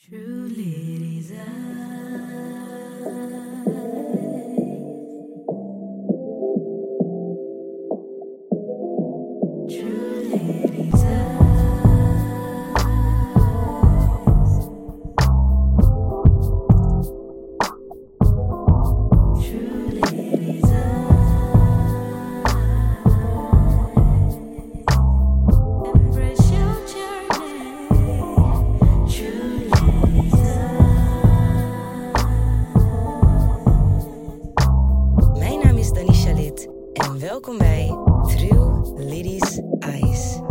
True ladies' True ladies' True ladies' Embrace your journey. True ladies' Mijn naam is Danisha Lid en welkom bij True Ladies Eyes.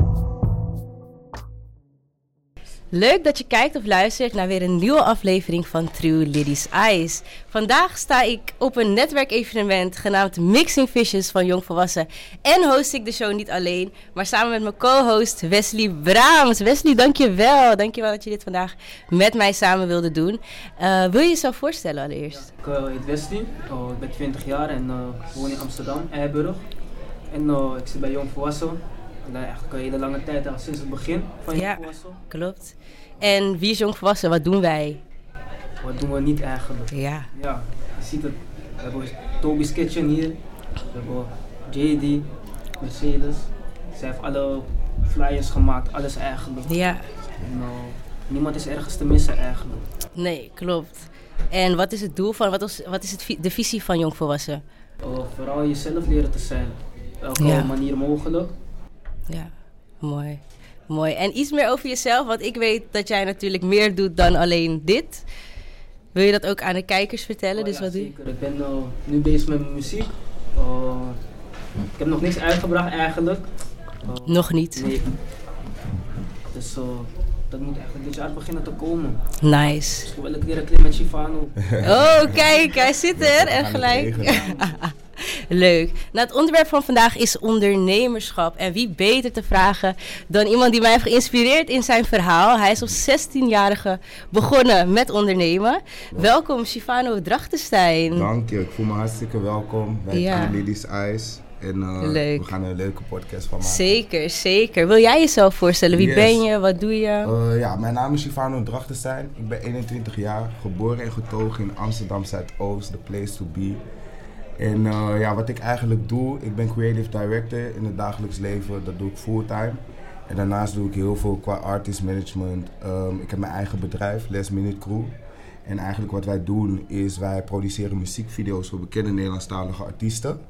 Leuk dat je kijkt of luistert naar weer een nieuwe aflevering van True Ladies Eyes. Vandaag sta ik op een netwerkevenement genaamd Mixing Fishes van Jongvolwassen. En host ik de show niet alleen, maar samen met mijn co-host Wesley Braams. Wesley, dankjewel. Dankjewel dat je dit vandaag met mij samen wilde doen. Wil je jezelf voorstellen allereerst? Ik heet Wesley, ik ben 20 jaar en woon in Amsterdam, Eiburg. En ik zit bij Jongvolwassen. Eigenlijk een hele lange tijd, al sinds het begin van Jongvolwassen. Klopt. En wie is Jongvolwassen? Wat doen wij? Wat doen we niet eigenlijk? Ja. Ja, je ziet het. We hebben Toby's Kitchen hier. We hebben JD, Mercedes. Zij heeft alle flyers gemaakt, alles eigenlijk. Ja. En, niemand is ergens te missen eigenlijk. Nee, klopt. En wat is het doel van, wat is de visie van Jongvolwassen? Vooral jezelf leren te zijn. Op elke Ja. manier mogelijk. Ja, mooi. Mooi. En iets meer over jezelf, want ik weet dat jij natuurlijk meer doet dan alleen dit. Wil je dat ook aan de kijkers vertellen? Dus Ja, wat doe je? zeker. Ik ben nu bezig met mijn muziek. Ik heb nog niks uitgebracht eigenlijk. Nog niet. Nee. Dus dat moet eigenlijk dit jaar beginnen te komen. Nice. Misschien wil ik weer een clip met Shivano. Oh, kijk, hij zit er en gelijk. Leuk. Nou, het onderwerp van vandaag is ondernemerschap. En wie beter te vragen dan iemand die mij heeft geïnspireerd in zijn verhaal. Hij is als 16-jarige begonnen met ondernemen. Welkom, Shivano Drachtenstein. Dank je, ik voel me hartstikke welkom bij Ja. True Ladies Eyes. En Leuk. we gaan er een leuke podcast van maken. Zeker, zeker. Wil jij jezelf voorstellen? Wie Yes. ben je? Wat doe je? Ja, mijn naam is Shivano Drachtenstein. Ik ben 21 jaar, geboren en getogen in Amsterdam Zuidoost, the place to be. En wat ik eigenlijk doe, ik ben creative director in het dagelijks leven. Dat doe ik fulltime. En daarnaast doe ik heel veel qua artist management. Ik heb mijn eigen bedrijf, Last Minute Crew. En eigenlijk wat wij doen is, wij produceren muziekvideo's voor bekende Nederlandstalige artiesten.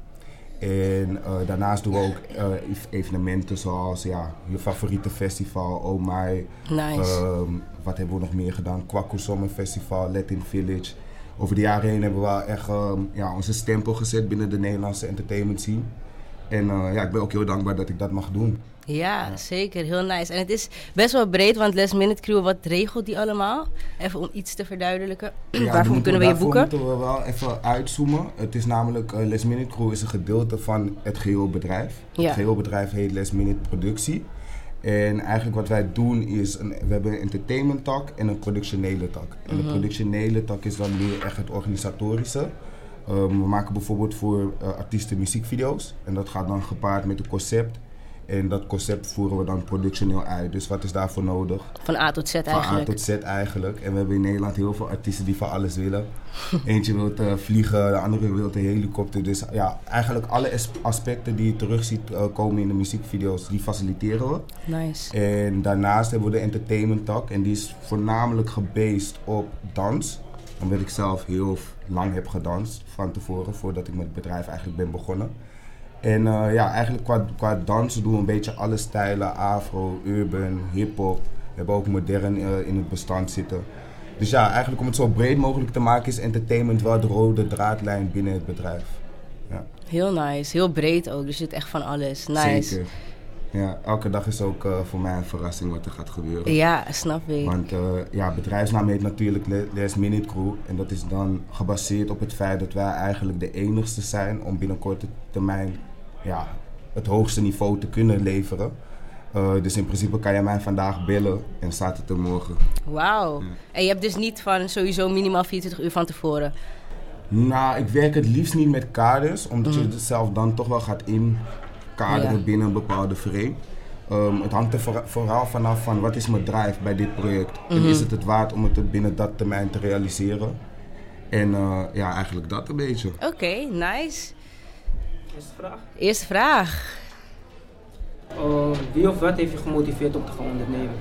En daarnaast doen we ook evenementen zoals je favoriete festival, Oh My. Nice. Wat hebben we nog meer gedaan? Kwaku Summer Festival, Latin Village. Over de jaren heen hebben we wel echt onze stempel gezet binnen de Nederlandse entertainment scene. En ik ben ook heel dankbaar dat ik dat mag doen. Ja, zeker. Heel nice. En het is best wel breed, want Last Minute Crew, wat regelt die allemaal? Even om iets te verduidelijken. Waarvoor kunnen we je boeken? Daarvoor moeten we wel even uitzoomen. Het is namelijk, Last Minute Crew is een gedeelte van het geheel bedrijf. Ja. Het geheel bedrijf heet Last Minute Productie. En eigenlijk wat wij doen is, we hebben een entertainment tak en een productionele tak. En de productionele tak is dan meer echt het organisatorische. We maken bijvoorbeeld voor artiesten muziekvideo's. En dat gaat dan gepaard met een concept. En dat concept voeren we dan productioneel uit. Dus wat is daarvoor nodig? Van A tot Z eigenlijk. Van A tot Z eigenlijk. En we hebben in Nederland heel veel artiesten die van alles willen. Eentje wil vliegen, de andere wil een helikopter. Dus ja, eigenlijk alle aspecten die je terug ziet komen in de muziekvideo's, die faciliteren we. Nice. En daarnaast hebben we de entertainment tak. En die is voornamelijk gebased op dans. Omdat ik zelf heel lang heb gedanst van tevoren, voordat ik met het bedrijf eigenlijk ben begonnen. En eigenlijk qua dansen doen we een beetje alle stijlen, afro, urban, hip-hop. We hebben ook modern in het bestand zitten. Dus ja, eigenlijk om het zo breed mogelijk te maken is entertainment wel de rode draadlijn binnen het bedrijf. Ja. Heel nice. Heel breed ook. Dus je zit echt van alles. Nice. Zeker. Ja, elke dag is ook voor mij een verrassing wat er gaat gebeuren. Ja, snap ik. Want bedrijfsnaam heet natuurlijk Last Minute Crew. En dat is dan gebaseerd op het feit dat wij eigenlijk de enigste zijn om binnen korte termijn het hoogste niveau te kunnen leveren. Dus in principe kan je mij vandaag bellen en staat het er morgen. Wauw. Ja. En je hebt dus niet van sowieso minimaal 24 uur van tevoren? Nou, ik werk het liefst niet met kaders, omdat je het zelf dan toch wel gaat inkaderen binnen een bepaalde frame. Het hangt er vooral vanaf van wat is mijn drive bij dit project. En is het waard om het binnen dat termijn te realiseren. En ja, eigenlijk dat een beetje. Oké, nice. Eerste vraag. Eerste vraag. Wie of wat heeft je gemotiveerd om te gaan ondernemen?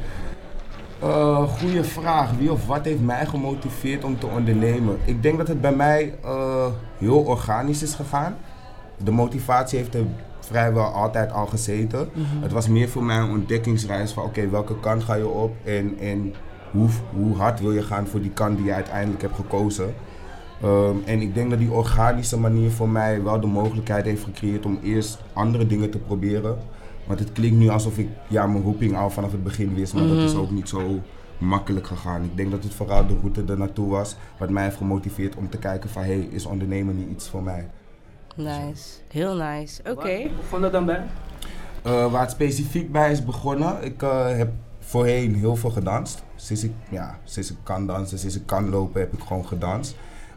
Goeie vraag. Wie of wat heeft mij gemotiveerd om te ondernemen? Ik denk dat het bij mij heel organisch is gegaan. De motivatie heeft er vrijwel altijd al gezeten. Het was meer voor mij een ontdekkingsreis van oké, welke kant ga je op en hoe hard wil je gaan voor die kant die je uiteindelijk hebt gekozen. En ik denk dat die organische manier voor mij wel de mogelijkheid heeft gecreëerd om eerst andere dingen te proberen. Want het klinkt nu alsof ik mijn roeping al vanaf het begin wist, maar dat is ook niet zo makkelijk gegaan. Ik denk dat het vooral de route er naartoe was, wat mij heeft gemotiveerd om te kijken van is ondernemen niet iets voor mij. Nice, heel nice. Oké. Waar begon dat dan bij? Waar het specifiek bij is begonnen, ik heb voorheen heel veel gedanst. Sinds ik kan dansen, sinds ik kan lopen heb ik gewoon gedanst.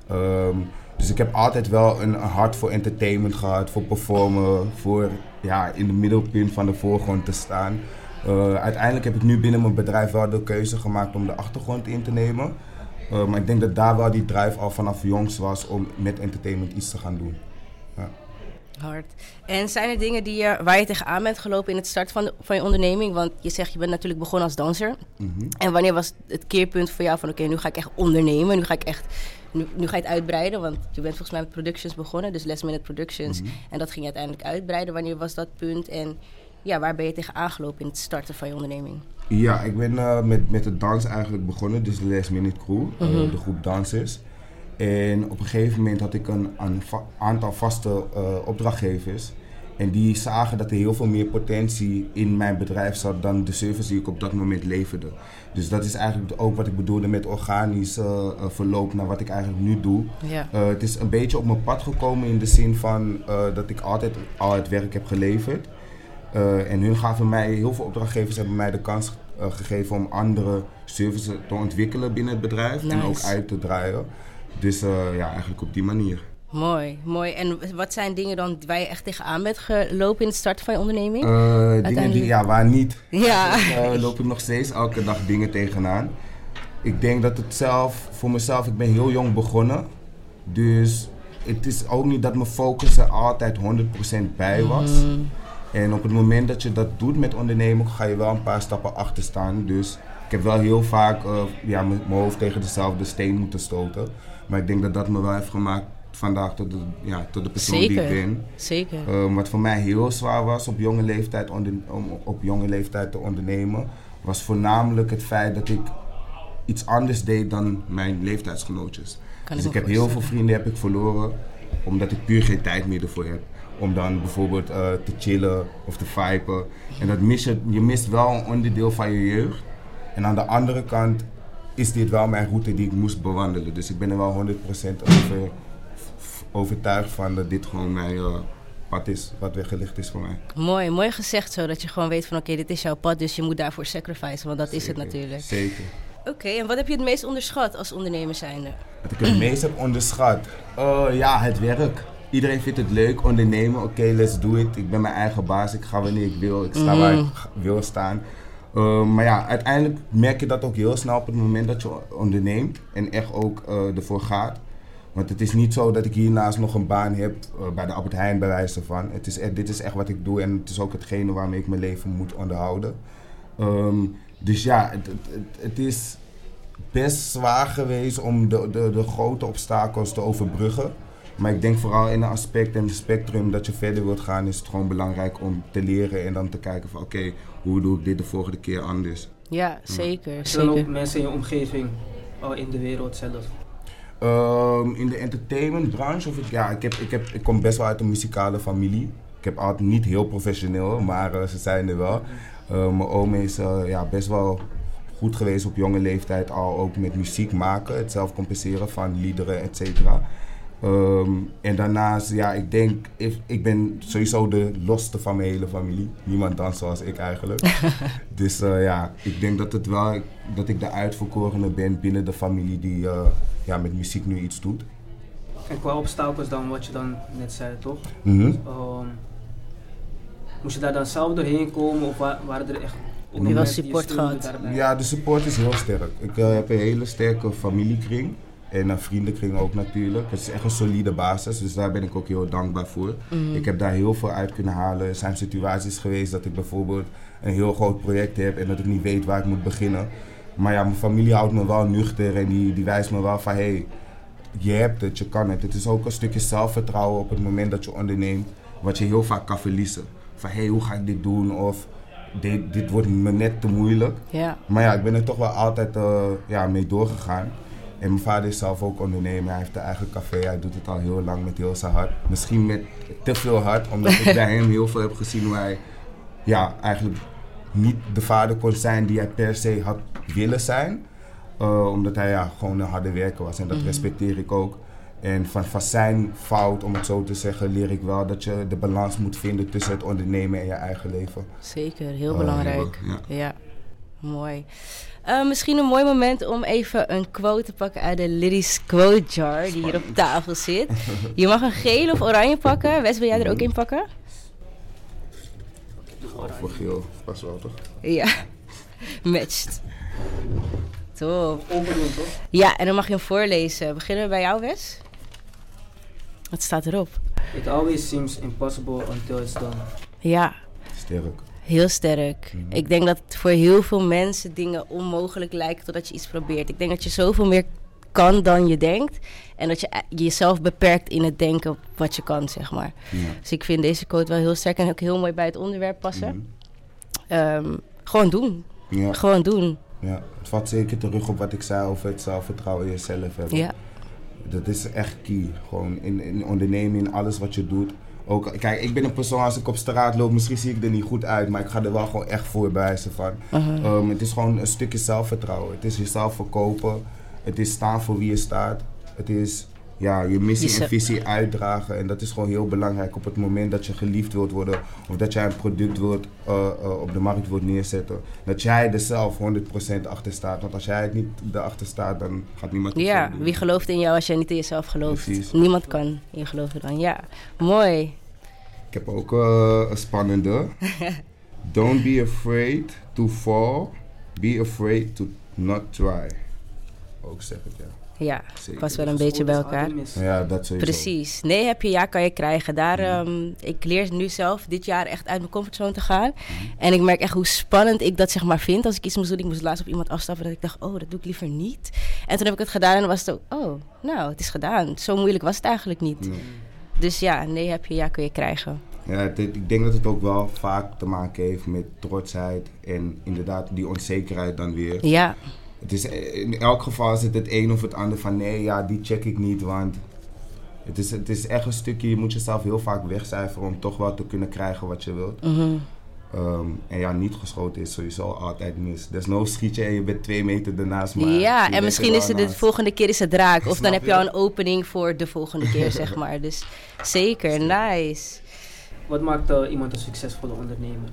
Dus ik heb altijd wel een hart voor entertainment gehad, voor performen, voor in de middelpunt van de voorgrond te staan. Uiteindelijk heb ik nu binnen mijn bedrijf wel de keuze gemaakt om de achtergrond in te nemen. Maar ik denk dat daar wel die drive al vanaf jongs was om met entertainment iets te gaan doen. Ja. Hard. En zijn er dingen waar je tegenaan bent gelopen in het start van je onderneming? Want je zegt, je bent natuurlijk begonnen als danser. En wanneer was het keerpunt voor jou van oké, nu ga ik echt ondernemen, nu ga je het uitbreiden? Want je bent volgens mij met productions begonnen, dus Last Minute Productions. En dat ging je uiteindelijk uitbreiden. Wanneer was dat punt? En waar ben je tegenaan gelopen in het starten van je onderneming? Ja, ik ben met het dans eigenlijk begonnen, dus de Last Minute Crew, de groep dansers. En op een gegeven moment had ik een aantal vaste opdrachtgevers. En die zagen dat er heel veel meer potentie in mijn bedrijf zat dan de service die ik op dat moment leverde. Dus dat is eigenlijk ook wat ik bedoelde met organisch verloop naar wat ik eigenlijk nu doe. Ja. Het is een beetje op mijn pad gekomen in de zin van dat ik altijd al het werk heb geleverd. En hun gaven mij, heel veel opdrachtgevers hebben mij de kans gegeven om andere services te ontwikkelen binnen het bedrijf. Nice. En ook uit te draaien. Dus eigenlijk op die manier. Mooi, mooi. En wat zijn dingen dan waar je echt tegenaan bent gelopen in het starten van je onderneming? Dingen waar niet. Ja. Loop ik nog steeds elke dag dingen tegenaan. Ik denk dat het voor mezelf, ik ben heel jong begonnen. Dus het is ook niet dat mijn focus er altijd 100% bij was. En op het moment dat je dat doet met ondernemen, ga je wel een paar stappen achter staan. Dus ik heb wel heel vaak mijn hoofd tegen dezelfde steen moeten stoten. Maar ik denk dat dat me wel heeft gemaakt vandaag tot de persoon die ik ben. Zeker. Wat voor mij heel zwaar was om op jonge leeftijd te ondernemen, was voornamelijk het feit dat ik iets anders deed dan mijn leeftijdsgenootjes. Dus ik heb heel veel vrienden heb ik verloren, omdat ik puur geen tijd meer ervoor heb. Om dan bijvoorbeeld te chillen of te viben. En dat je mist wel een onderdeel van je jeugd. En aan de andere kant is dit wel mijn route die ik moest bewandelen. Dus ik ben er wel 100% overtuigd van dat dit gewoon mijn pad is, wat weggelegd is voor mij. Mooi gezegd zo, dat je gewoon weet van oké, dit is jouw pad, dus je moet daarvoor sacrificen, want dat Zeker, is het natuurlijk. Zeker. Oké, en wat heb je het meest onderschat als ondernemer zijnde? Wat ik het meest heb onderschat? Het werk. Iedereen vindt het leuk, ondernemen, oké, let's do it. Ik ben mijn eigen baas, ik ga wanneer ik wil, ik sta waar ik wil staan. Maar uiteindelijk merk je dat ook heel snel op het moment dat je onderneemt en echt ook ervoor gaat. Want het is niet zo dat ik hiernaast nog een baan heb bij de Albert Heijn bij wijze van. Dit is echt wat ik doe en het is ook hetgene waarmee ik mijn leven moet onderhouden. Dus het is best zwaar geweest om de grote obstakels te overbruggen. Maar ik denk vooral in een aspect en het spectrum dat je verder wilt gaan, is het gewoon belangrijk om te leren en dan te kijken van oké, hoe doe ik dit de volgende keer anders? Ja, zeker. Er zijn ook mensen in je omgeving, in de wereld zelf. In de entertainmentbranche, ik kom best wel uit een muzikale familie. Ik heb altijd niet heel professioneel, maar ze zijn er wel. Mijn oom is best wel goed geweest op jonge leeftijd al ook met muziek maken, het zelf compenseren van liederen, et cetera. En daarnaast, ik ben sowieso de losste van mijn hele familie. Niemand danst zoals ik eigenlijk. Dus ik denk dat ik de uitverkorene ben binnen de familie die met muziek nu iets doet. En qua obstakels dan, wat je dan net zei, toch? Moest je daar dan zelf doorheen komen of waren er echt ook je wel mensen die je support steunde gehad? daarbij? Ja, de support is heel sterk. Ik heb een hele sterke familiekring en een vriendenkring ook natuurlijk. Het is echt een solide basis, dus daar ben ik ook heel dankbaar voor. Ik heb daar heel veel uit kunnen halen. Er zijn situaties geweest dat ik bijvoorbeeld een heel groot project heb en dat ik niet weet waar ik moet beginnen. Maar ja, mijn familie houdt me wel nuchter en die wijst me wel van hey, je hebt het, je kan het. Het is ook een stukje zelfvertrouwen op het moment dat je onderneemt, wat je heel vaak kan verliezen. Van hey, hoe ga ik dit doen? Of dit wordt me net te moeilijk. Ja. Maar ja, ik ben er toch wel altijd mee doorgegaan. En mijn vader is zelf ook ondernemer. Hij heeft een eigen café. Hij doet het al heel lang met heel zijn hart. Misschien met te veel hart, omdat ik bij hem heel veel heb gezien hoe hij eigenlijk niet de vader kon zijn die hij per se had willen zijn. Omdat hij gewoon een harde werker was en dat respecteer ik ook. En van zijn fout, om het zo te zeggen, leer ik wel dat je de balans moet vinden tussen het ondernemen en je eigen leven. Zeker, heel belangrijk. ja. Ja, mooi. Misschien een mooi moment om even een quote te pakken uit de Liddy's Quote Jar die hier op tafel zit. Je mag een geel of oranje pakken. Wes, wil jij er ook in pakken? Voor geel, pas wel toch? Ja, matched. Top. Overdoen toch? Ja, en dan mag je hem voorlezen. Beginnen we bij jou, Wes? Wat staat erop? It always seems impossible until it's done. Ja, Sterk. heel sterk. Ik denk dat het voor heel veel mensen dingen onmogelijk lijken totdat je iets probeert. Ik denk dat je zoveel meer kan dan je denkt. En dat je jezelf beperkt in het denken wat je kan, zeg maar. Ja. Dus ik vind deze quote wel heel sterk en ook heel mooi bij het onderwerp passen. Gewoon doen. Ja. Gewoon doen. Ja, het valt zeker terug op wat ik zei over het zelfvertrouwen in jezelf hebben. Ja. Dat is echt key. Gewoon in ondernemen, in alles wat je doet. Ook, kijk, ik ben een persoon, als ik op straat loop, misschien zie ik er niet goed uit, maar ik ga er wel gewoon echt voor bewijzen van. Het is gewoon een stukje zelfvertrouwen. Het is jezelf verkopen. Het is staan voor wie je staat. Het is je missie en visie uitdragen. En dat is gewoon heel belangrijk op het moment dat je geliefd wilt worden. Of dat jij een product wilt, op de markt wilt neerzetten. Dat jij er zelf 100% achter staat. Want als jij het niet erachter staat, dan gaat niemand het Ja, voor doen. wie gelooft in jou als jij niet in jezelf gelooft? Precies. Niemand kan in je geloven dan. Ja, mooi. Ik heb ook een spannende. Don't be afraid to fall. Be afraid to not try. Ook zeg ik, ja. Ja, Zeker. past wel een beetje bij elkaar. Ja, dat sowieso. Precies. Nee heb je, ja kan je krijgen. Daar, ik leer nu zelf dit jaar echt uit mijn comfortzone te gaan. En ik merk echt hoe spannend ik dat zeg maar vind. Als ik iets moest doen, ik moest laatst op iemand afstappen dat ik dacht, oh, dat doe ik liever niet. En toen heb ik het gedaan en dan was het ook, oh, nou, het is gedaan. Zo moeilijk was het eigenlijk niet. Nee. Dus ja, nee heb je, ja kun je krijgen. Ja, ik denk dat het ook wel vaak te maken heeft met trotsheid en inderdaad die onzekerheid dan weer. Ja, Het is, in elk geval is het het een of het ander van nee, ja, die check ik niet, want het is echt een stukje, je moet jezelf heel vaak wegcijferen om toch wel te kunnen krijgen wat je wilt. En ja, niet geschoten is sowieso altijd mis. Desnoods schiet je en je bent 2 meter ernaast. Maar ja, je en bent misschien er is wel het de naast. volgende keer is het raak. Of dan Snap heb je je? al een opening voor de volgende keer, zeg maar. Dus zeker, nice. Wat maakt iemand een succesvolle ondernemer?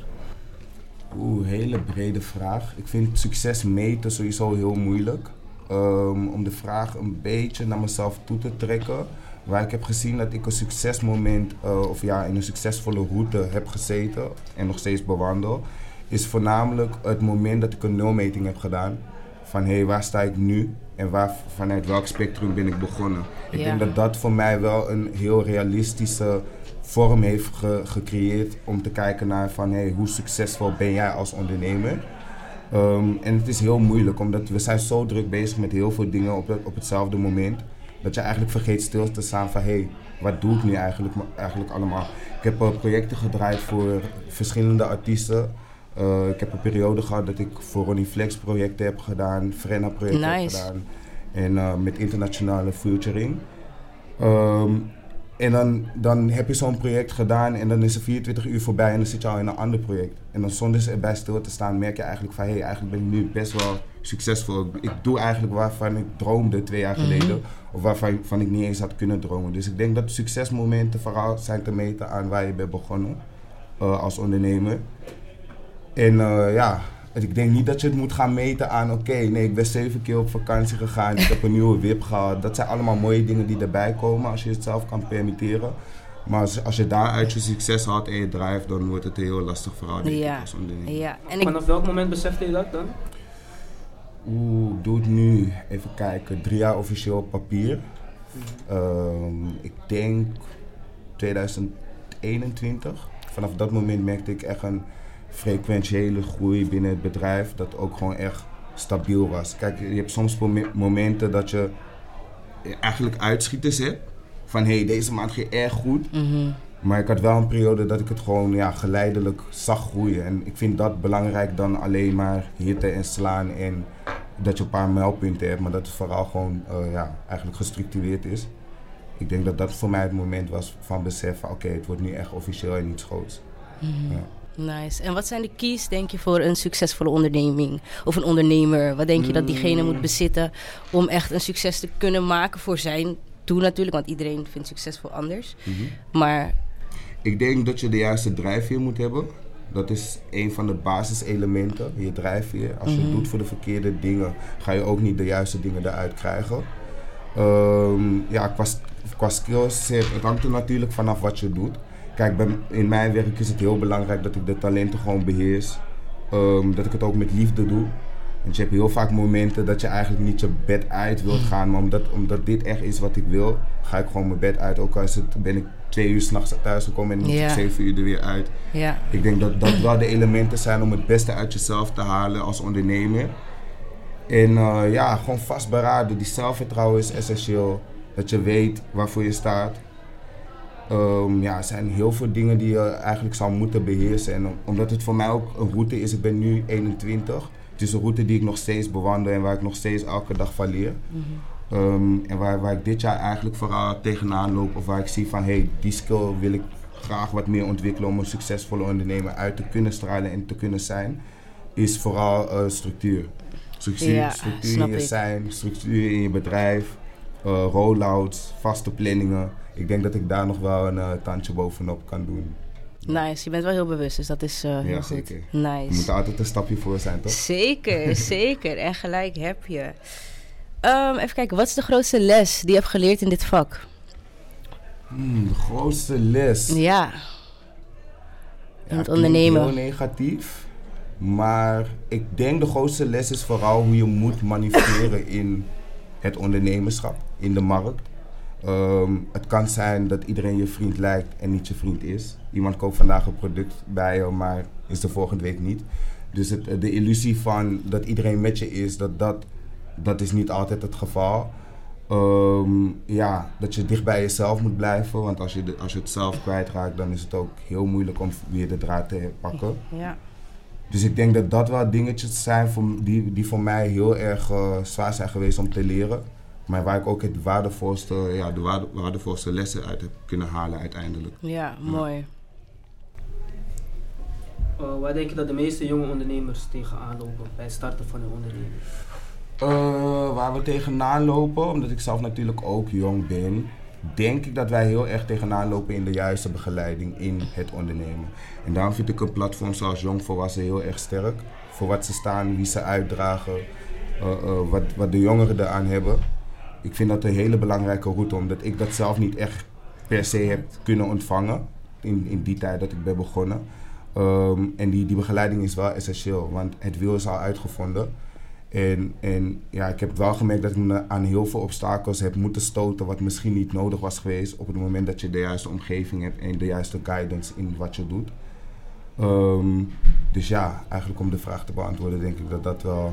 Hele brede vraag. Ik vind succes meten sowieso heel moeilijk. Om de vraag een beetje naar mezelf toe te trekken. Waar ik heb gezien dat ik een succesmoment, in een succesvolle route heb gezeten en nog steeds bewandel, is voornamelijk het moment dat ik een nulmeting heb gedaan. Van hé, waar sta ik nu en vanuit welk spectrum ben ik begonnen. Ik Ja. denk dat dat voor mij wel een heel realistische vorm heeft gecreëerd om te kijken naar van hé, hoe succesvol ben jij als ondernemer. En het is heel moeilijk, omdat we zijn zo druk bezig met heel veel dingen op hetzelfde moment. Dat je eigenlijk vergeet stil te staan van hé, wat doe ik nu eigenlijk allemaal. Ik heb projecten gedraaid voor verschillende artiesten. Ik heb een periode gehad dat ik voor Ronnie Flex projecten heb gedaan, Frenna projecten heb Nice. gedaan. En met internationale featuring. En dan heb je zo'n project gedaan en dan is er 24 uur voorbij en dan zit je al in een ander project. En dan zonder ze erbij stil te staan merk je eigenlijk van hé, eigenlijk ben ik nu best wel succesvol. Ik doe eigenlijk waarvan ik droomde 2 jaar geleden of waarvan ik niet eens had kunnen dromen. Dus ik denk dat succesmomenten vooral zijn te meten aan waar je bent begonnen als ondernemer. En ik denk niet dat je het moet gaan meten aan nee, ik ben 7 keer op vakantie gegaan, ik heb een nieuwe wip gehad. Dat zijn allemaal mooie dingen die erbij komen als je het zelf kan permitteren. Maar als je daaruit je succes haalt en je drive, dan wordt het een heel lastig verhaal denk ik, Ja, als ondernemer. ja. En ik, Vanaf welk moment besefte je dat dan? Ik doe het nu, even kijken, 3 jaar officieel op papier. Ik denk 2021. Vanaf dat moment merkte ik echt een frequentiële groei binnen het bedrijf, dat ook gewoon echt stabiel was. Kijk, je hebt soms momenten dat je eigenlijk uitschieters hebt, van hey, deze maand ging erg goed. Maar ik had wel een periode dat ik het gewoon geleidelijk zag groeien. En ik vind dat belangrijk dan alleen maar hitten en slaan en dat je een paar mijlpunten hebt, maar dat het vooral gewoon eigenlijk gestructureerd is. Ik denk dat dat voor mij het moment was van beseffen, oké, het wordt nu echt officieel en iets groots. Ja. Nice. En wat zijn de keys, denk je, voor een succesvolle onderneming? Of een ondernemer? Wat denk je dat diegene moet bezitten om echt een succes te kunnen maken voor zijn doel natuurlijk? Want iedereen vindt succesvol anders. Maar Ik denk dat je de juiste drijfveer moet hebben. Dat is een van de basiselementen, je drijfveer. Als je het doet voor de verkeerde dingen, ga je ook niet de juiste dingen eruit krijgen. Qua skills, het hangt er natuurlijk vanaf wat je doet. Kijk, in mijn werk is het heel belangrijk dat ik de talenten gewoon beheers. Dat ik het ook met liefde doe. Want je hebt heel vaak momenten dat je eigenlijk niet je bed uit wilt gaan. Maar omdat dit echt is wat ik wil, ga ik gewoon mijn bed uit. Ook al ben ik 2 uur 's nachts thuis gekomen en moet ik 7 uur er weer uit. ja, Ik denk dat dat wel de elementen zijn om het beste uit jezelf te halen als ondernemer. En gewoon vastberaden. Die zelfvertrouwen is essentieel. Dat je weet waarvoor je staat. Er zijn heel veel dingen die je eigenlijk zou moeten beheersen. En omdat het voor mij ook een route is, ik ben nu 21. Het is een route die ik nog steeds bewandel en waar ik nog steeds elke dag van leer. En waar ik dit jaar eigenlijk vooral tegenaan loop, of waar ik zie van hey, die skill wil ik graag wat meer ontwikkelen om een succesvolle ondernemer uit te kunnen stralen en te kunnen zijn, is vooral structuur. Ja, Structuur snap in je ik. zijn, structuur in je bedrijf, rollouts, vaste planningen. Ik denk dat ik daar nog wel een tandje bovenop kan doen. nice. Je bent wel heel bewust, dus dat is heel Ja, goed. zeker. Nice. Je moet er altijd een stapje voor zijn, toch? Zeker, zeker. En gelijk heb je. Even kijken, wat is de grootste les die je hebt geleerd in dit vak? De grootste les. Ja. In het klinkt ondernemen. heel negatief. Maar ik denk de grootste les is vooral hoe je moet manoeuvreren in het ondernemerschap, in de markt. Het kan zijn dat iedereen je vriend lijkt en niet je vriend is. Iemand koopt vandaag een product bij je, maar is de volgende week niet. Dus de illusie van dat iedereen met je is, dat is niet altijd het geval. Dat je dicht bij jezelf moet blijven. Want als je het zelf kwijtraakt, dan is het ook heel moeilijk om weer de draad te pakken. Ja. Dus ik denk dat dat wel dingetjes zijn die voor mij heel erg zwaar zijn geweest om te leren. Maar waar ik ook de waardevolste lessen uit heb kunnen halen uiteindelijk. Ja, mooi. Waar denk je dat de meeste jonge ondernemers tegenaan lopen bij het starten van hun onderneming? Waar we tegenaan lopen, omdat ik zelf natuurlijk ook jong ben, denk ik dat wij heel erg tegenaan lopen in de juiste begeleiding in het ondernemen. En daarom vind ik een platform zoals Jong Volwassen heel erg sterk. Voor wat ze staan, wie ze uitdragen, wat de jongeren eraan hebben. Ik vind dat een hele belangrijke route, omdat ik dat zelf niet echt per se heb kunnen ontvangen in die tijd dat ik ben begonnen. En die begeleiding is wel essentieel, want het wiel is al uitgevonden. En ik heb wel gemerkt dat ik me aan heel veel obstakels heb moeten stoten wat misschien niet nodig was geweest op het moment dat je de juiste omgeving hebt en de juiste guidance in wat je doet. Dus eigenlijk om de vraag te beantwoorden denk ik dat dat wel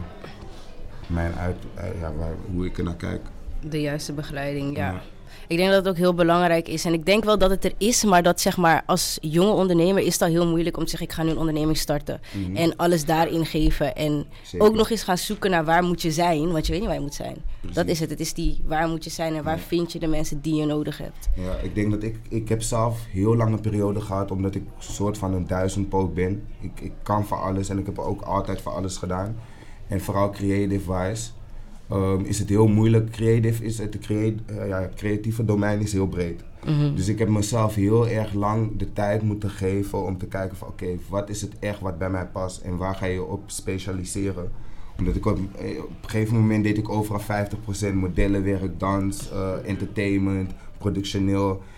hoe ik er naar kijk. De juiste begeleiding, ja. Ja. Ik denk dat het ook heel belangrijk is. En ik denk wel dat het er is, maar dat zeg maar als jonge ondernemer is het al heel moeilijk om te zeggen ik ga nu een onderneming starten. En alles daarin geven. En Zeker. ook nog eens gaan zoeken naar waar moet je zijn, want je weet niet waar je moet zijn. Precies. Dat is het. Het is die waar moet je zijn en waar vind je de mensen die je nodig hebt. Ja, ik denk dat ik heb zelf heel lange periode gehad omdat ik een soort van een duizendpoot ben. Ik kan voor alles en ik heb ook altijd voor alles gedaan. En vooral creative-wise is het heel moeilijk. Creatieve domein is heel breed. Dus ik heb mezelf heel erg lang de tijd moeten geven om te kijken van oké, wat is het echt wat bij mij past en waar ga je op specialiseren. Omdat ik op een gegeven moment deed ik overal 50% modellenwerk, dans, entertainment, productioneel.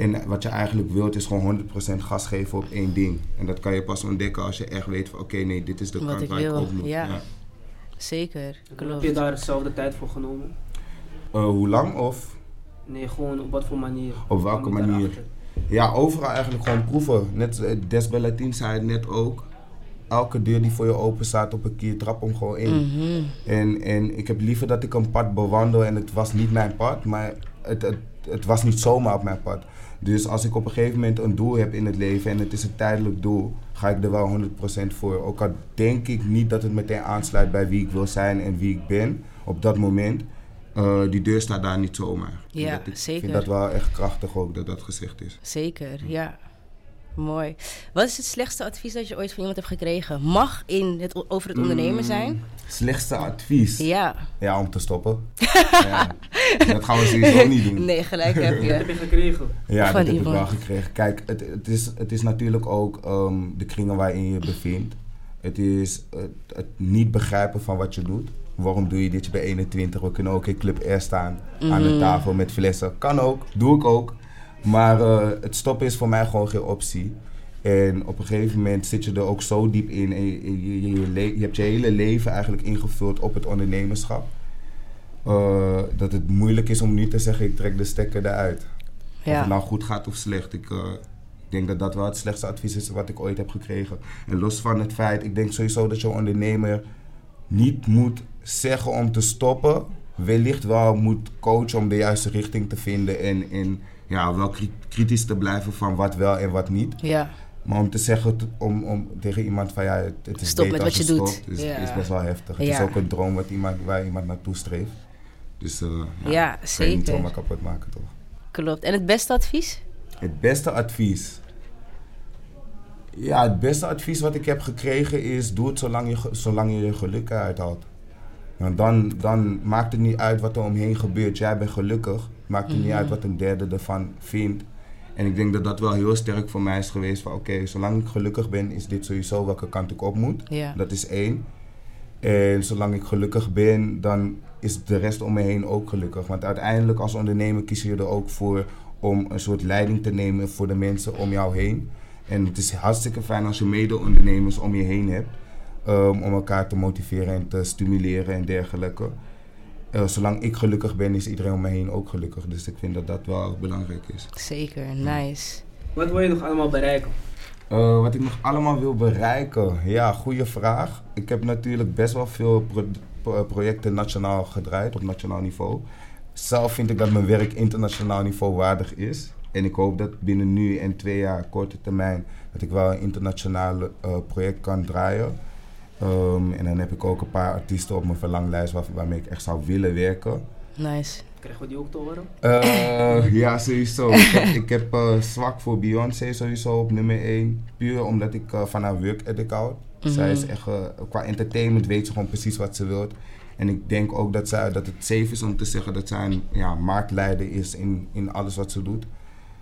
En wat je eigenlijk wilt is gewoon 100% gas geven op één ding. En dat kan je pas ontdekken als je echt weet van oké, nee, dit is de Wat kant ik waar ik wil, op moet. ja. Zeker, Heb klopt. je daar dezelfde tijd voor genomen? Hoe lang of? Nee, gewoon op wat voor manier? Op welke Kwam je manier? daarachter? Ja, overal eigenlijk gewoon proeven. Net Desbellatin zei het net ook. Elke deur die voor je open staat op een keer, trap hem gewoon in. Mhm. En ik heb liever dat ik een pad bewandel en het was niet mijn pad, maar het was niet zomaar op mijn pad. Dus als ik op een gegeven moment een doel heb in het leven en het is een tijdelijk doel, ga ik er wel 100% voor. Ook al denk ik niet dat het meteen aansluit bij wie ik wil zijn en wie ik ben op dat moment. Die deur staat daar niet zomaar. Ja, Ik zeker. vind dat wel echt krachtig ook dat dat gezegd is. Zeker, ja. Mooi. Wat is het slechtste advies dat je ooit van iemand hebt gekregen? Mag over het ondernemen zijn? Slechtste advies? Ja. Ja, om te stoppen. Ja. Dat gaan we sowieso niet doen. Nee, gelijk heb Wat je. heb je gekregen? Ja, Van dat heb iemand. ik wel gekregen. Kijk, het is natuurlijk ook de kringen waarin je je bevindt. Het is het niet begrijpen van wat je doet. Waarom doe je dit? Je bent 21, we kunnen ook in Club R staan aan de tafel met flessen. Kan ook, doe ik ook. Maar het stoppen is voor mij gewoon geen optie. En op een gegeven moment zit je er ook zo diep in. En je hebt je hele leven eigenlijk ingevuld op het ondernemerschap. Dat het moeilijk is om nu te zeggen, ik trek de stekker eruit. Of het Ja. nou goed gaat of slecht. Ik denk dat dat wel het slechtste advies is wat ik ooit heb gekregen. En los van het feit, ik denk sowieso dat je ondernemer niet moet zeggen om te stoppen. Wellicht wel moet coachen om de juiste richting te vinden. En ja, wel kritisch te blijven van wat wel en wat niet. Ja. Maar om te zeggen om tegen iemand van ja, het is Stop beter met als wat je doet. stopt, is Ja. best wel heftig. Het Ja. is ook een droom waar iemand naartoe streeft. Dus Ja, kan je niet zeker. zomaar kapot maken toch. Klopt. En het beste advies? Het beste advies. Ja, het beste advies wat ik heb gekregen is doe het zolang je geluk eruit haalt. Want dan maakt het niet uit wat er omheen gebeurt. Jij bent gelukkig. Maakt het niet uit wat een derde ervan vindt. En ik denk dat dat wel heel sterk voor mij is geweest. Van oké, zolang ik gelukkig ben, is dit sowieso welke kant ik op moet. Ja. Dat is 1. En zolang ik gelukkig ben, dan is de rest om me heen ook gelukkig. Want uiteindelijk als ondernemer kies je er ook voor om een soort leiding te nemen voor de mensen om jou heen. En het is hartstikke fijn als je mede-ondernemers om je heen hebt. Om elkaar te motiveren en te stimuleren en dergelijke. Zolang ik gelukkig ben, is iedereen om me heen ook gelukkig. Dus ik vind dat dat wel belangrijk is. Zeker, nice. Wat wil je nog allemaal bereiken? Wat ik nog allemaal wil bereiken? Ja, goede vraag. Ik heb natuurlijk best wel veel projecten nationaal gedraaid, op nationaal niveau. Zelf vind ik dat mijn werk internationaal niveau waardig is. En ik hoop dat binnen nu en 2 jaar korte termijn dat ik wel een internationaal project kan draaien. En dan heb ik ook een paar artiesten op mijn verlanglijst waarmee ik echt zou willen werken. Nice. Krijgen we die ook te horen? Ja, sowieso. Ik heb zwak voor Beyoncé sowieso op nummer 1. Puur omdat ik van haar work ethic houd. Zij is echt, qua entertainment weet ze gewoon precies wat ze wilt. En ik denk ook dat het safe is om te zeggen dat zij een marktleider is in alles wat ze doet.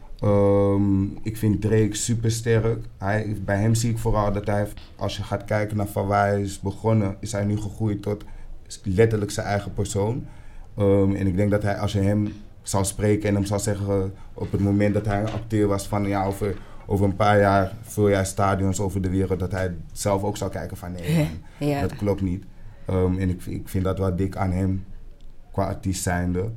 Ik vind Drake super sterk. Bij hem zie ik vooral dat hij, als je gaat kijken naar van waar hij is begonnen, is hij nu gegroeid tot letterlijk zijn eigen persoon. En ik denk dat hij, als je hem zou spreken en hem zou zeggen op het moment dat hij een acteur was van ja, over een paar jaar vul jij stadions over de wereld, dat hij zelf ook zou kijken van nee, man, Ja. dat klopt niet. En ik vind dat wel dik aan hem qua artiest zijnde.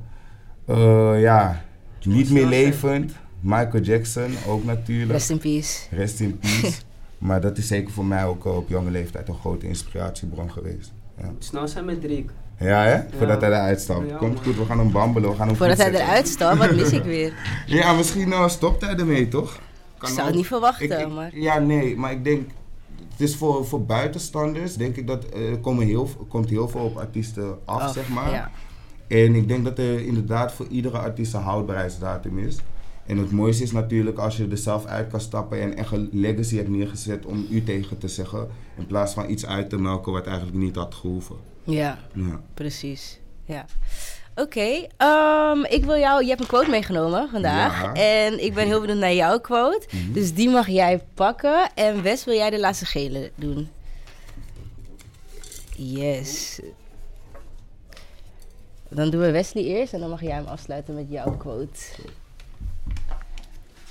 Ja, niet meer levend. Michael Jackson ook natuurlijk. Rest in peace. Rest in peace. Maar dat is zeker voor mij ook op jonge leeftijd een grote inspiratiebron geweest. Ja, Snel zijn met Drake. ja hè? Voordat hij eruit stapt. Ja, Komt man. goed, we gaan hem bambelen. We gaan hem Voordat goed hij zetten. eruit stapt, wat mis ik weer? Ja, misschien stopt hij ermee, toch? Ik Kan zou ook. het niet verwachten, maar... Ja, nee, maar ik denk... Het is voor buitenstanders, denk ik dat komt heel veel op artiesten af, zeg maar. Ja. En ik denk dat er inderdaad voor iedere artiest een houdbaarheidsdatum is. En het mooiste is natuurlijk als je er zelf uit kan stappen en echt een legacy hebt neergezet om u tegen te zeggen. In plaats van iets uit te melken wat eigenlijk niet had gehoeven. Ja, Ja. precies. Ja. Oké, ik wil je hebt een quote meegenomen vandaag. Ja. En ik ben heel benieuwd naar jouw quote. Dus die mag jij pakken. En Wes, wil jij de laatste gele doen? Yes. Dan doen we Wesley eerst en dan mag jij hem afsluiten met jouw quote.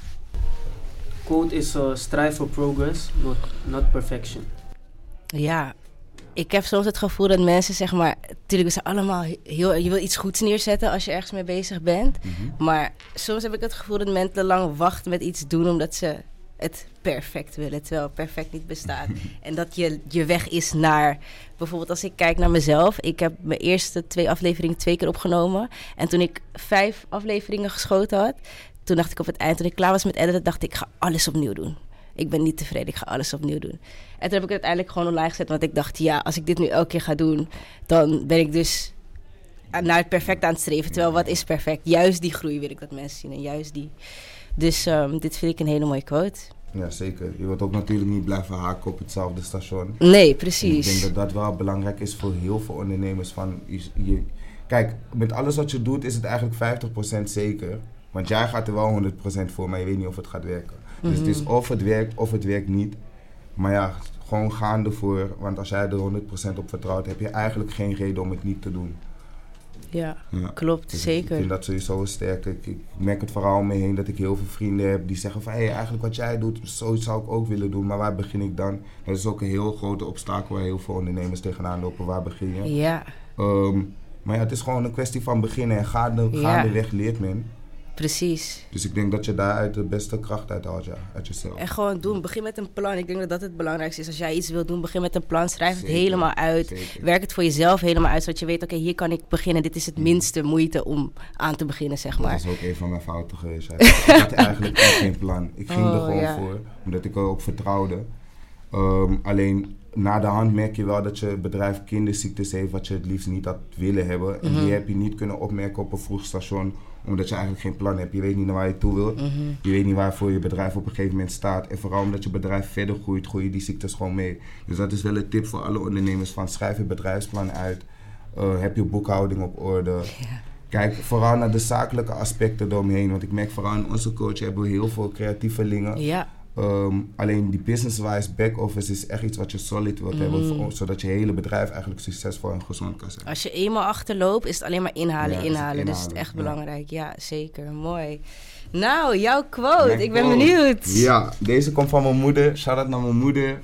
quote is strive for progress, not perfection. Ja, ik heb soms het gevoel dat mensen, zeg maar, natuurlijk, we zijn allemaal heel, je wil iets goeds neerzetten als je ergens mee bezig bent. Maar soms heb ik het gevoel dat mensen te lang wachten met iets doen omdat ze het perfect willen, terwijl perfect niet bestaat. En dat je weg is naar, bijvoorbeeld als ik kijk naar mezelf. Ik heb mijn eerste 2 afleveringen 2 keer opgenomen. En toen ik 5 afleveringen geschoten had, toen dacht ik op het eind, toen ik klaar was met editen, dacht ik ga alles opnieuw doen. Ik ben niet tevreden, ik ga alles opnieuw doen. En toen heb ik het uiteindelijk gewoon online gezet, want ik dacht, ja, als ik dit nu elke keer ga doen, dan ben ik dus naar het perfect aan het streven. Terwijl, wat is perfect? Juist die groei wil ik dat mensen zien en juist die. Dus dit vind ik een hele mooie quote. Ja, zeker. Je wilt ook natuurlijk niet blijven haken op hetzelfde station. Nee, En ik precies. denk dat dat wel belangrijk is voor heel veel ondernemers. Kijk, met alles wat je doet is het eigenlijk 50% zeker. Want jij gaat er wel 100% voor, maar je weet niet of het gaat werken. Dus het is of het werkt of het werkt niet. Maar ja, gewoon gaan ervoor. Want als jij er 100% op vertrouwt, heb je eigenlijk geen reden om het niet te doen. Ja, Ja. klopt, Dus zeker. Ik vind dat sowieso sterk. Ik merk het vooral om me heen dat ik heel veel vrienden heb die zeggen van... Hey, eigenlijk wat jij doet, zo zou ik ook willen doen. Maar waar begin ik dan? Dat is ook een heel grote obstakel waar heel veel ondernemers tegenaan lopen. Waar begin je? Ja, Maar ja, het is gewoon een kwestie van beginnen. En gaandeweg leert men. precies. Dus ik denk dat je daaruit de beste kracht uit haalt, ja, uit jezelf. En gewoon doen. Begin met een plan. Ik denk dat dat het belangrijkste is. Als jij iets wilt doen, begin met een plan. Schrijf het Zeker, helemaal uit. zeker. Werk het voor jezelf helemaal uit. Zodat je weet, oké, hier kan ik beginnen. Dit is het minste moeite om aan te beginnen, zeg Dat maar. is ook een van mijn fouten geweest. Ja. Ik had eigenlijk echt geen plan. Ik ging er gewoon ja. voor, omdat ik er ook vertrouwde. Alleen na de hand merk je wel dat je bedrijf kinderziektes heeft wat je het liefst niet had willen hebben. En die heb je niet kunnen opmerken op een vroeg station, omdat je eigenlijk geen plan hebt. Je weet niet naar waar je toe wilt. Je weet niet waarvoor je bedrijf op een gegeven moment staat. En vooral omdat je bedrijf verder groeit, groeien die ziektes gewoon mee. Dus dat is wel een tip voor alle ondernemers van schrijf je bedrijfsplan uit. Heb je boekhouding op orde. Kijk vooral naar de zakelijke aspecten eromheen. Want ik merk vooral in onze coach hebben we heel veel creatievelingen. Ja, Alleen die business-wise back-office is echt iets wat je solid wilt hebben. Zodat je hele bedrijf eigenlijk succesvol en gezond kan zijn. als je eenmaal achterloopt, is het alleen maar inhalen, Ja, is het inhalen. Dus het is inhalen, echt ja. belangrijk. Ja, zeker. Mooi. Nou, jouw quote. Mijn Ik ben quote. benieuwd. Ja, deze komt van mijn moeder. Shout-out naar mijn moeder.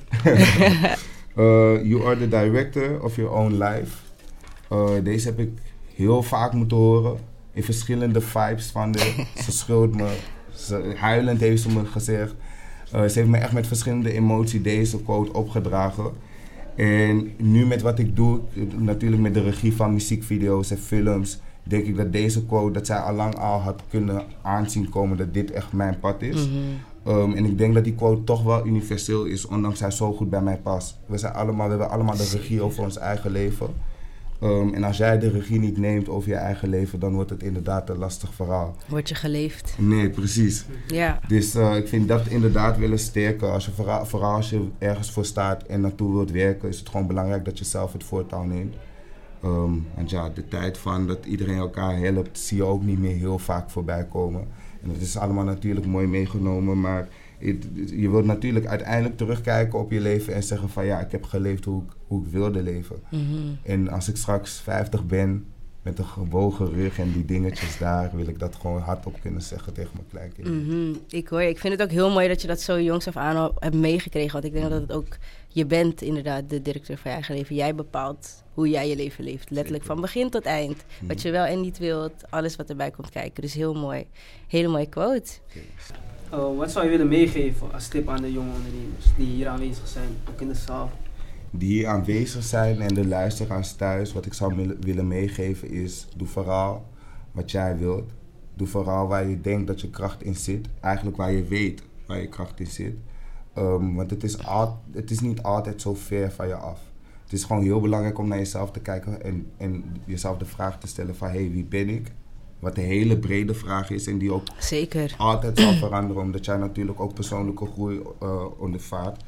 You are the director of your own life. Deze heb ik heel vaak moeten horen. In verschillende vibes van de. Ze schreeuwt me. Huilend heeft ze me gezegd. Ze heeft me echt met verschillende emoties deze quote opgedragen. En nu met wat ik doe, natuurlijk met de regie van muziekvideo's en films, denk ik dat deze quote, dat zij allang al had kunnen aanzien komen dat dit echt mijn pad is. En ik denk dat die quote toch wel universeel is, ondanks hij zo goed bij mij past. We hebben allemaal de regie over ons eigen leven. En als jij de regie niet neemt over je eigen leven, dan wordt het inderdaad een lastig verhaal. Word je geleefd. Nee, precies. Ja. Dus ik vind dat inderdaad wel een sterke. Als je vooral als je ergens voor staat en naartoe wilt werken, is het gewoon belangrijk dat je zelf het voortouw neemt. Want ja, de tijd van dat iedereen elkaar helpt, zie je ook niet meer heel vaak voorbij komen. En dat is allemaal natuurlijk mooi meegenomen, maar je wilt natuurlijk uiteindelijk terugkijken op je leven en zeggen van ja, ik heb geleefd hoe ik wilde leven. En als ik straks 50 ben, met een gebogen rug en die dingetjes daar, wil ik dat gewoon hardop kunnen zeggen tegen mijn kleinkinderen. Ik hoor je. Ik vind het ook heel mooi dat je dat zo jongs af aan hebt meegekregen. Want ik denk dat het ook, je bent inderdaad de directeur van je eigen leven. Jij bepaalt hoe jij je leven leeft. Letterlijk van begin tot eind. Wat je wel en niet wilt, alles wat erbij komt kijken. Dus heel mooi. Hele mooie quote. Wat zou je willen meegeven als tip aan de jonge ondernemers die hier aanwezig zijn, ook in de zaal? Die hier aanwezig zijn en de luisteraars thuis, wat ik zou willen meegeven is, doe vooral wat jij wilt. Doe vooral waar je denkt dat je kracht in zit. Eigenlijk waar je weet waar je kracht in zit. Want het is niet altijd zo ver van je af. Het is gewoon heel belangrijk om naar jezelf te kijken en jezelf de vraag te stellen van hey, wie ben ik? Wat een hele brede vraag is en die ook Zeker. altijd zal veranderen, omdat jij natuurlijk ook persoonlijke groei ondervaart.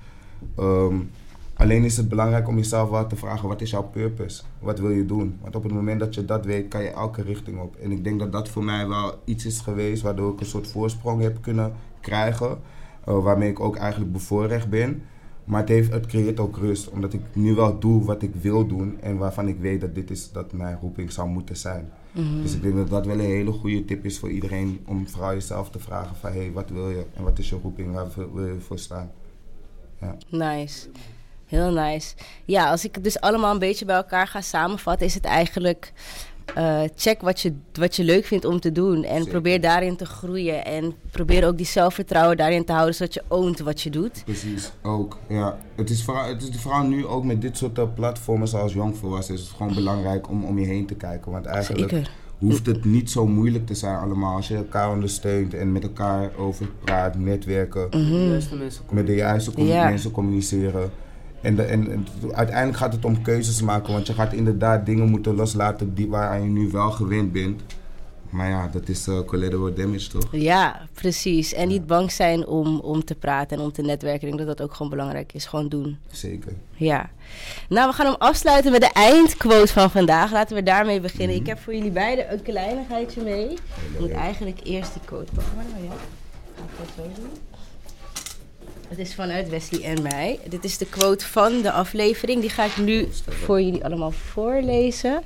Alleen is het belangrijk om jezelf wel te vragen, wat is jouw purpose? Wat wil je doen? Want op het moment dat je dat weet, kan je elke richting op. En ik denk dat dat voor mij wel iets is geweest, waardoor ik een soort voorsprong heb kunnen krijgen. Waarmee ik ook eigenlijk bevoorrecht ben. Maar het creëert ook rust, omdat ik nu wel doe wat ik wil doen en waarvan ik weet dat dit is dat mijn roeping zou moeten zijn. Dus ik denk dat dat wel een hele goede tip is voor iedereen om vooral jezelf te vragen van hey, wat wil je en wat is je roeping, waar wil je voor staan? Ja. Nice. Heel nice. Ja, als ik het dus allemaal een beetje bij elkaar ga samenvatten, is het eigenlijk check wat je leuk vindt om te doen. En Zeker. probeer daarin te groeien. En probeer ook die zelfvertrouwen daarin te houden, zodat je ownt wat je doet. Precies, ook. Ja. Het is vooral nu ook met dit soort platforms als jongvolwassen is het gewoon belangrijk om je heen te kijken. Want eigenlijk Zeker. hoeft het niet zo moeilijk te zijn allemaal. Als je elkaar ondersteunt en met elkaar over praat, netwerken, De juiste mensen met de juiste Ja. mensen communiceren. En uiteindelijk gaat het om keuzes maken, want je gaat inderdaad dingen moeten loslaten waaraan je nu wel gewend bent. Maar ja, dat is collateral damage toch? Ja, precies. En niet bang zijn om te praten en om te netwerken. Ik denk dat dat ook gewoon belangrijk is. Gewoon doen. Zeker. Ja. Nou, we gaan hem afsluiten met de eindquote van vandaag. Laten we daarmee beginnen. Ik heb voor jullie beiden een kleinigheidje mee. Ik moet eigenlijk eerst die quote pakken. Maar nou ja, ga ik dat zo doen. Het is vanuit Wesley en mij. Dit is de quote van de aflevering. Die ga ik nu voor jullie allemaal voorlezen.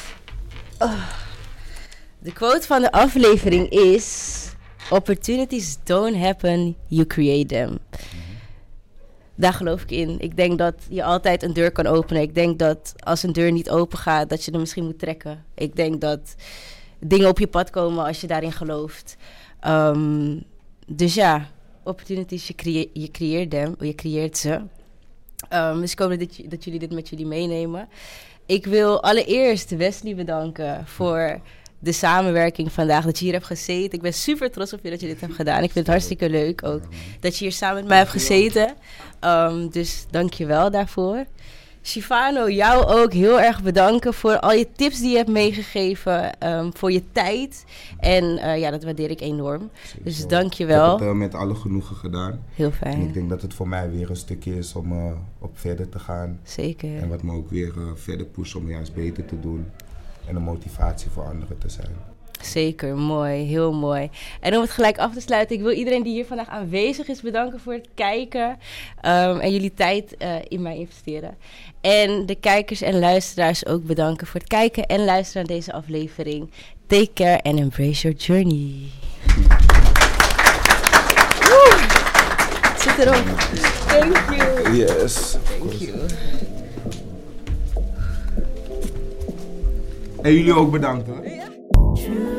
De quote van de aflevering is: Opportunities don't happen, you create them. Daar geloof ik in. Ik denk dat je altijd een deur kan openen. Ik denk dat als een deur niet open gaat, dat je er misschien moet trekken. Ik denk dat dingen op je pad komen als je daarin gelooft. Dus ja, opportunities, je creëert ze. Dus ik hoop dat jullie dit met jullie meenemen. Ik wil allereerst Wesley bedanken voor de samenwerking vandaag, dat je hier hebt gezeten. Ik ben super trots op je dat je dit hebt gedaan. Ik vind het hartstikke leuk ook dat je hier samen met mij hebt gezeten. Dus dank je wel daarvoor. Shivano, jou ook heel erg bedanken voor al je tips die je hebt meegegeven, voor je tijd. En ja, dat waardeer ik enorm. Dus dank je wel. Ik heb het met alle genoegen gedaan. Heel En fijn. ik denk dat het voor mij weer een stukje is om op verder te gaan. Zeker. En wat me ook weer verder pusht om juist beter te doen. En een motivatie voor anderen te zijn. Zeker, mooi, heel mooi. En om het gelijk af te sluiten, ik wil iedereen die hier vandaag aanwezig is bedanken voor het kijken en jullie tijd in mij investeren. En de kijkers en luisteraars ook bedanken voor het kijken en luisteren naar deze aflevering. Take care and embrace your journey. Woe! Het zit erop. Thank you. Yes. Thank you. En jullie ook bedankt hoor. True